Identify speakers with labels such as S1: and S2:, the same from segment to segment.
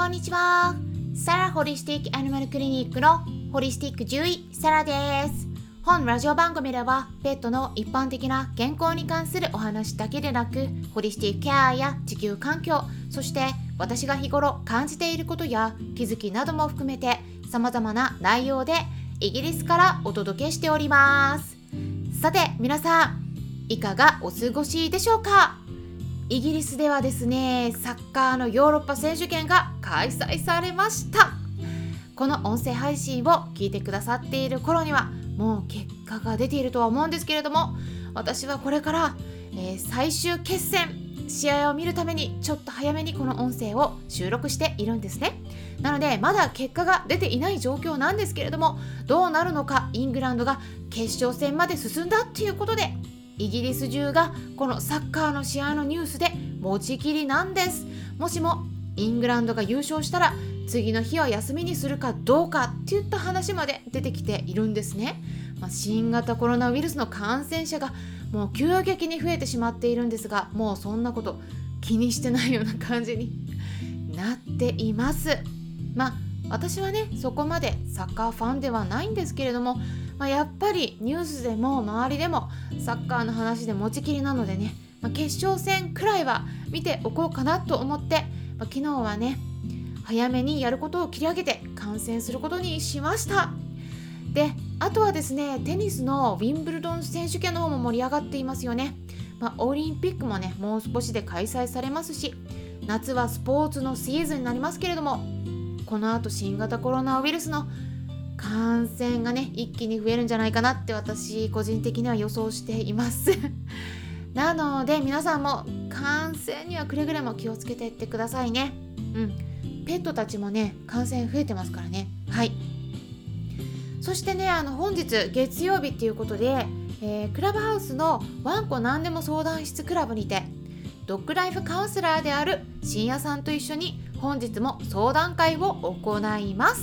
S1: こんにちは。サラホリスティックアニマルクリニックのホリスティック獣医サラです。本ラジオ番組ではペットの一般的な健康に関するお話だけでなく、ホリスティックケアや地球環境、そして私が日頃感じていることや気づきなども含めて様々な内容でイギリスからお届けしております。さて皆さん、いかがお過ごしでしょうか？イギリスではですね、サッカーのヨーロッパ選手権が開催されました。この音声配信を聞いてくださっている頃にはもう結果が出ているとは思うんですけれども、私はこれから、最終決戦試合を見るためにちょっと早めにこの音声を収録しているんですね。なのでまだ結果が出ていない状況なんですけれども、どうなるのか、イングランドが決勝戦まで進んだということで、イギリス中がこのサッカーの試合のニュースで持ちきりなんです。もしもイングランドが優勝したら次の日は休みにするかどうかっていった話まで出てきているんですね。新型コロナウイルスの感染者がもう急激に増えてしまっているんですが、もうそんなこと気にしてないような感じになっています。私はね、そこまでサッカーファンではないんですけれども、やっぱりニュースでも周りでもサッカーの話で持ちきりなのでね、決勝戦くらいは見ておこうかなと思って、昨日はね、早めにやることを切り上げて観戦することにしました。で、あとはですね、テニスのウィンブルドン選手権の方も盛り上がっていますよね。オリンピックもね、もう少しで開催されますし、夏はスポーツのシーズンになりますけれども、この後新型コロナウイルスの感染がね、一気に増えるんじゃないかなって私個人的には予想していますなので皆さんも感染にはくれぐれも気をつけていってくださいね。ペットたちもね、感染増えてますからね。はい。そしてね、本日月曜日っていうことで、クラブハウスのワンコなんでも相談室クラブにてドッグライフカウンセラーである深夜さんと一緒に本日も相談会を行います。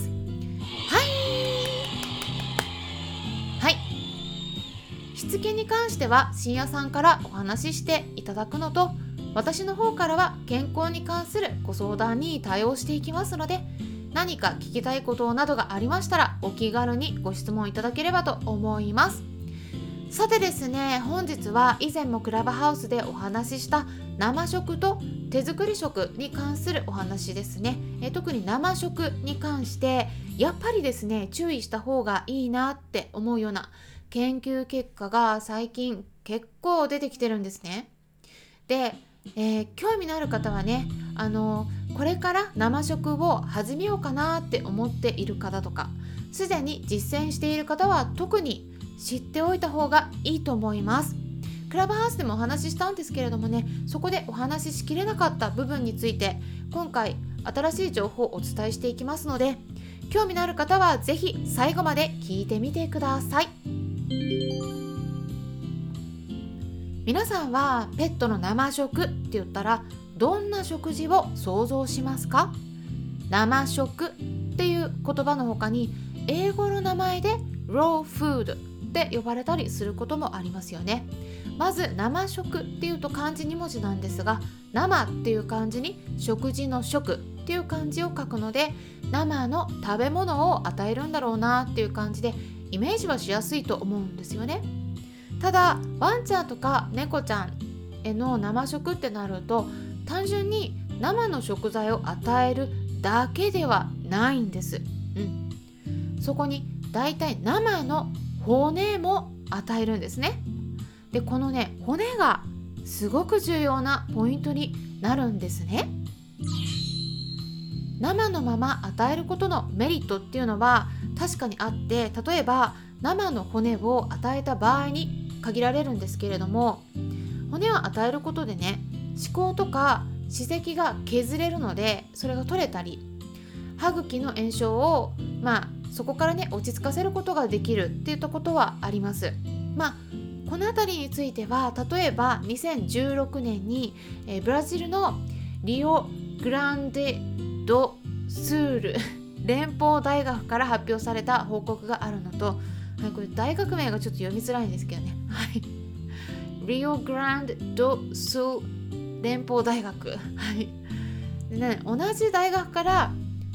S1: はい。しつけに関しては深夜さんからお話ししていただくのと、私の方からは健康に関するご相談に対応していきますので、何か聞きたいことなどがありましたらお気軽にご質問いただければと思います。さてですね、本日は以前もクラブハウスでお話しした生食と手作り食に関するお話ですね。特に生食に関してやっぱりですね、注意した方がいいなって思うような研究結果が最近結構出てきてるんですね。で、興味のある方はね、これから生食を始めようかなって思っている方とか、すでに実践している方は特に知っておいた方がいいと思います。クラブハウスでもお話ししたんですけれどもね、そこでお話ししきれなかった部分について今回新しい情報をお伝えしていきますので、興味のある方はぜひ最後まで聞いてみてください。皆さんはペットの生食って言ったらどんな食事を想像しますか？生食っていう言葉の他に英語の名前で raw food って呼ばれたりすることもありますよね。まず生食っていうと漢字2文字なんですが、生っていう漢字に食事の食っていう漢字を書くので、生の食べ物を与えるんだろうなっていう感じでイメージはしやすいと思うんですよね。ただワンちゃんとか猫ちゃんへの生食ってなると、単純に生の食材を与えるだけではないんです。そこにだいたい生の骨も与えるんですね。で、このね、骨がすごく重要なポイントになるんですね。生のまま与えることのメリットっていうのは確かにあって、例えば生の骨を与えた場合に限られるんですけれども、骨を与えることでね、歯垢とか歯石が削れるので、それが取れたり、歯茎の炎症をそこからね、落ち着かせることができるっていったことはあります。このあたりについては、例えば2016年に、ブラジルのリオグランデドスール連邦大学から発表された報告があるのと、これ大学名がちょっと読みづらいんですけどね、リオグランデドスール連邦大学、 でね、同じ大学から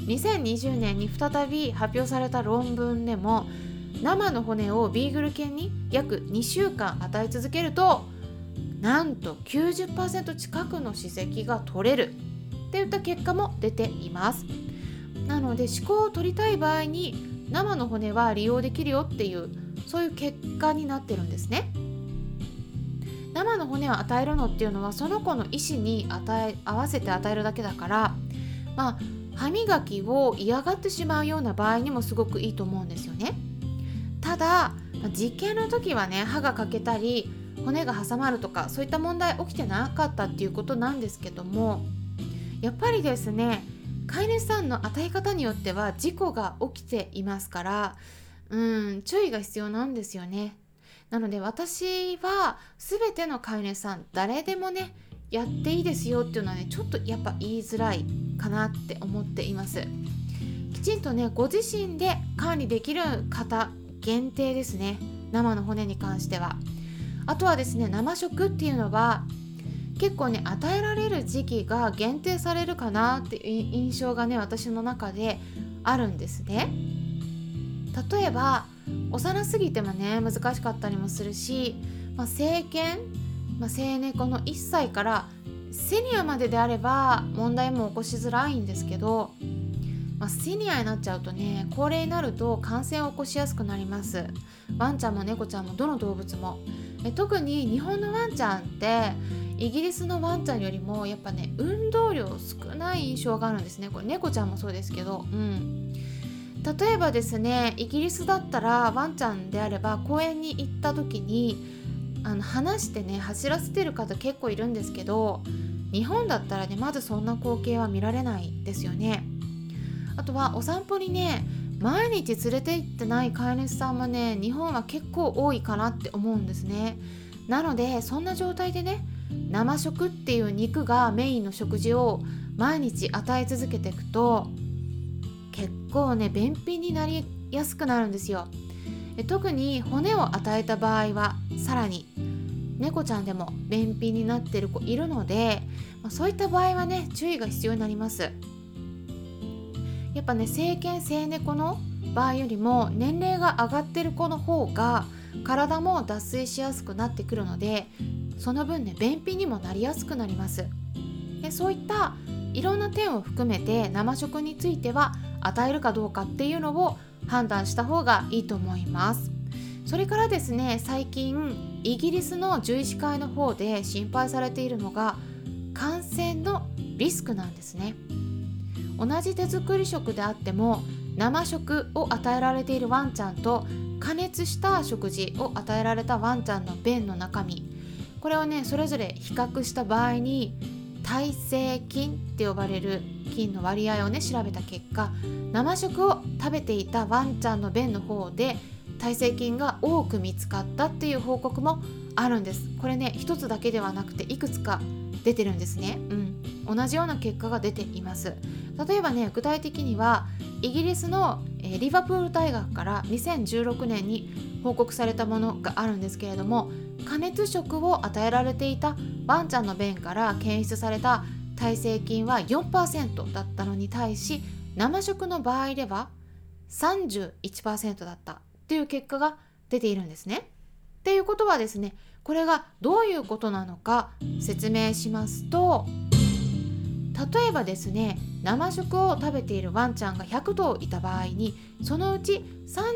S1: 2020年に再び発表された論文でも、生の骨をビーグル犬に約2週間与え続けると、なんと 90% 近くの歯石が取れるっていった結果も出ています。なので歯垢を取りたい場合に生の骨は利用できるよっていう、そういう結果になってるんですね。生の骨を与えるのっていうのはその子の意思に合わせて与えるだけだから、歯磨きを嫌がってしまうような場合にもすごくいいと思うんですよね。ただ実験の時はね、歯が欠けたり骨が挟まるとか、そういった問題起きてなかったっていうことなんですけども、やっぱりですね、飼い主さんの与え方によっては事故が起きていますから、注意が必要なんですよね。なので私は全ての飼い主さん、誰でもねやっていいですよっていうのはね、ちょっとやっぱ言いづらいかなって思っています。きちんとね、ご自身で管理できる方限定ですね、生の骨に関しては。あとはですね、生食っていうのは結構ね、与えられる時期が限定されるかなっていう印象がね、私の中であるんですね。例えば幼すぎてもね難しかったりもするし、成犬、成猫の1歳からセニアまでであれば問題も起こしづらいんですけど、セニアになっちゃうとね、高齢になると感染を起こしやすくなります。ワンちゃんも猫ちゃんもどの動物も。特に日本のワンちゃんってイギリスのワンちゃんよりもやっぱね、運動量少ない印象があるんですね。これ猫ちゃんもそうですけど、例えばですね、イギリスだったらワンちゃんであれば公園に行った時に離してね走らせてる方結構いるんですけど、日本だったらねまずそんな光景は見られないですよね。あとはお散歩にね毎日連れて行ってない飼い主さんもね、日本は結構多いかなって思うんですね。なのでそんな状態でね、生食っていう肉がメインの食事を毎日与え続けていくと、結構ね便秘になりやすくなるんですよ。特に骨を与えた場合はさらに、猫ちゃんでも便秘になってる子いるので、そういった場合はね注意が必要になります。やっぱね、成犬成猫の場合よりも年齢が上がってる子の方が体も脱水しやすくなってくるので、その分ね便秘にもなりやすくなります。でそういったいろんな点を含めて生食については与えるかどうかっていうのを判断した方がいいと思います。それからですね、最近イギリスの獣医師会の方で心配されているのが感染のリスクなんですね。同じ手作り食であっても生食を与えられているワンちゃんと加熱した食事を与えられたワンちゃんの便の中身、これをねそれぞれ比較した場合に耐性菌って呼ばれる菌の割合をね調べた結果、生食を食べていたワンちゃんの便の方で耐性菌が多く見つかったっていう報告もあるんです。これね一つだけではなくていくつか出てるんですね。同じような結果が出ています。例えばね、具体的にはイギリスのリバプール大学から2016年に報告されたものがあるんですけれども、加熱食を与えられていたワンちゃんの便から検出された耐性菌は 4% だったのに対し、生食の場合では 31% だったっていう結果が出ているんですね。っていうことはですね、これがどういうことなのか説明しますと、例えばですね、生食を食べているワンちゃんが100頭いた場合に、そのうち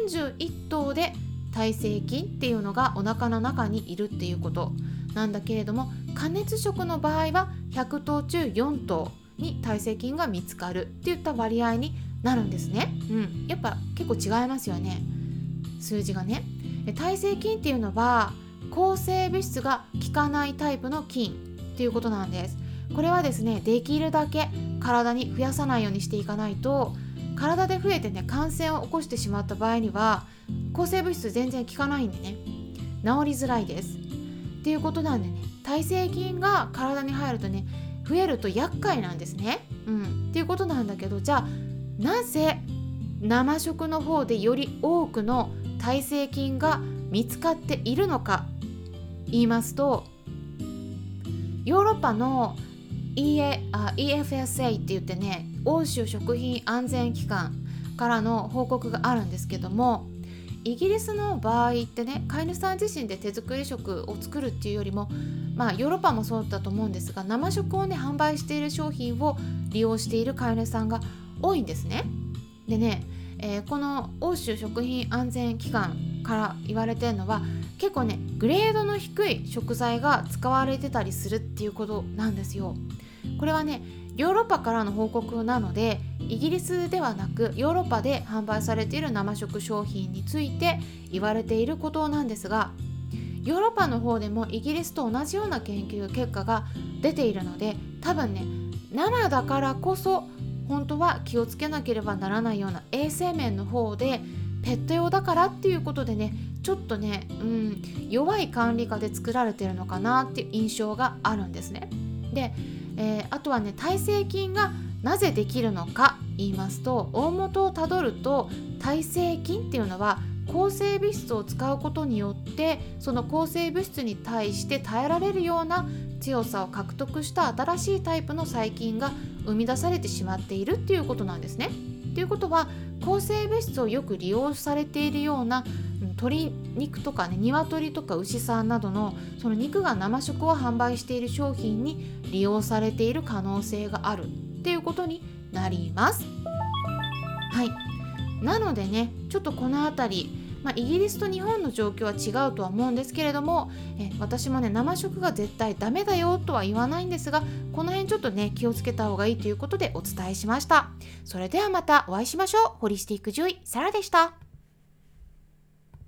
S1: 31頭で耐性菌っていうのがお腹の中にいるっていうことなんだけれども、加熱食の場合は100頭中4頭に耐性菌が見つかるっていった割合になるんですね。やっぱ結構違いますよね、数字がね。耐性菌っていうのは抗生物質が効かないタイプの菌っていうことなんです。これはですね、できるだけ体に増やさないようにしていかないと、体で増えてね感染を起こしてしまった場合には抗生物質全然効かないんでね、治りづらいですっていうことなんでね、耐性菌が体に入るとね増えると厄介なんですね。っていうことなんだけど、じゃあなぜ生食の方でより多くの耐性菌が見つかっているのか言いますと、ヨーロッパの EFSA って言ってね、欧州食品安全機関からの報告があるんですけども、イギリスの場合ってね、飼い主さん自身で手作り食を作るっていうよりも、ヨーロッパもそうだと思うんですが、生食をね販売している商品を利用している飼い主さんが多いんですね。でね、この欧州食品安全機関から言われてるのは、結構ねグレードの低い食材が使われてたりするっていうことなんですよ。これはねヨーロッパからの報告なので、イギリスではなくヨーロッパで販売されている生食商品について言われていることなんですが、ヨーロッパの方でもイギリスと同じような研究結果が出ているので、多分ね生だからこそ本当は気をつけなければならないような衛生面の方で、ペット用だからっていうことでね、ちょっとね、弱い管理下で作られてるのかなっていう印象があるんですね。で、あとはね、耐性菌がなぜできるのか言いますと、大元をたどると、耐性菌っていうのは抗生物質を使うことによって、その抗生物質に対して耐えられるような強さを獲得した新しいタイプの細菌が生み出されてしまっているっていうことなんですね。ということは、抗生物質をよく利用されているような鶏肉とかね、鶏とか牛さんなどのその肉が生食を販売している商品に利用されている可能性があるっていうことになります。はい。なのでね、ちょっとこのあたり、イギリスと日本の状況は違うとは思うんですけれども、私もね生食が絶対ダメだよとは言わないんですが、この辺ちょっとね気をつけた方がいいということでお伝えしました。それではまたお会いしましょう。ホリスティック獣医サラでした。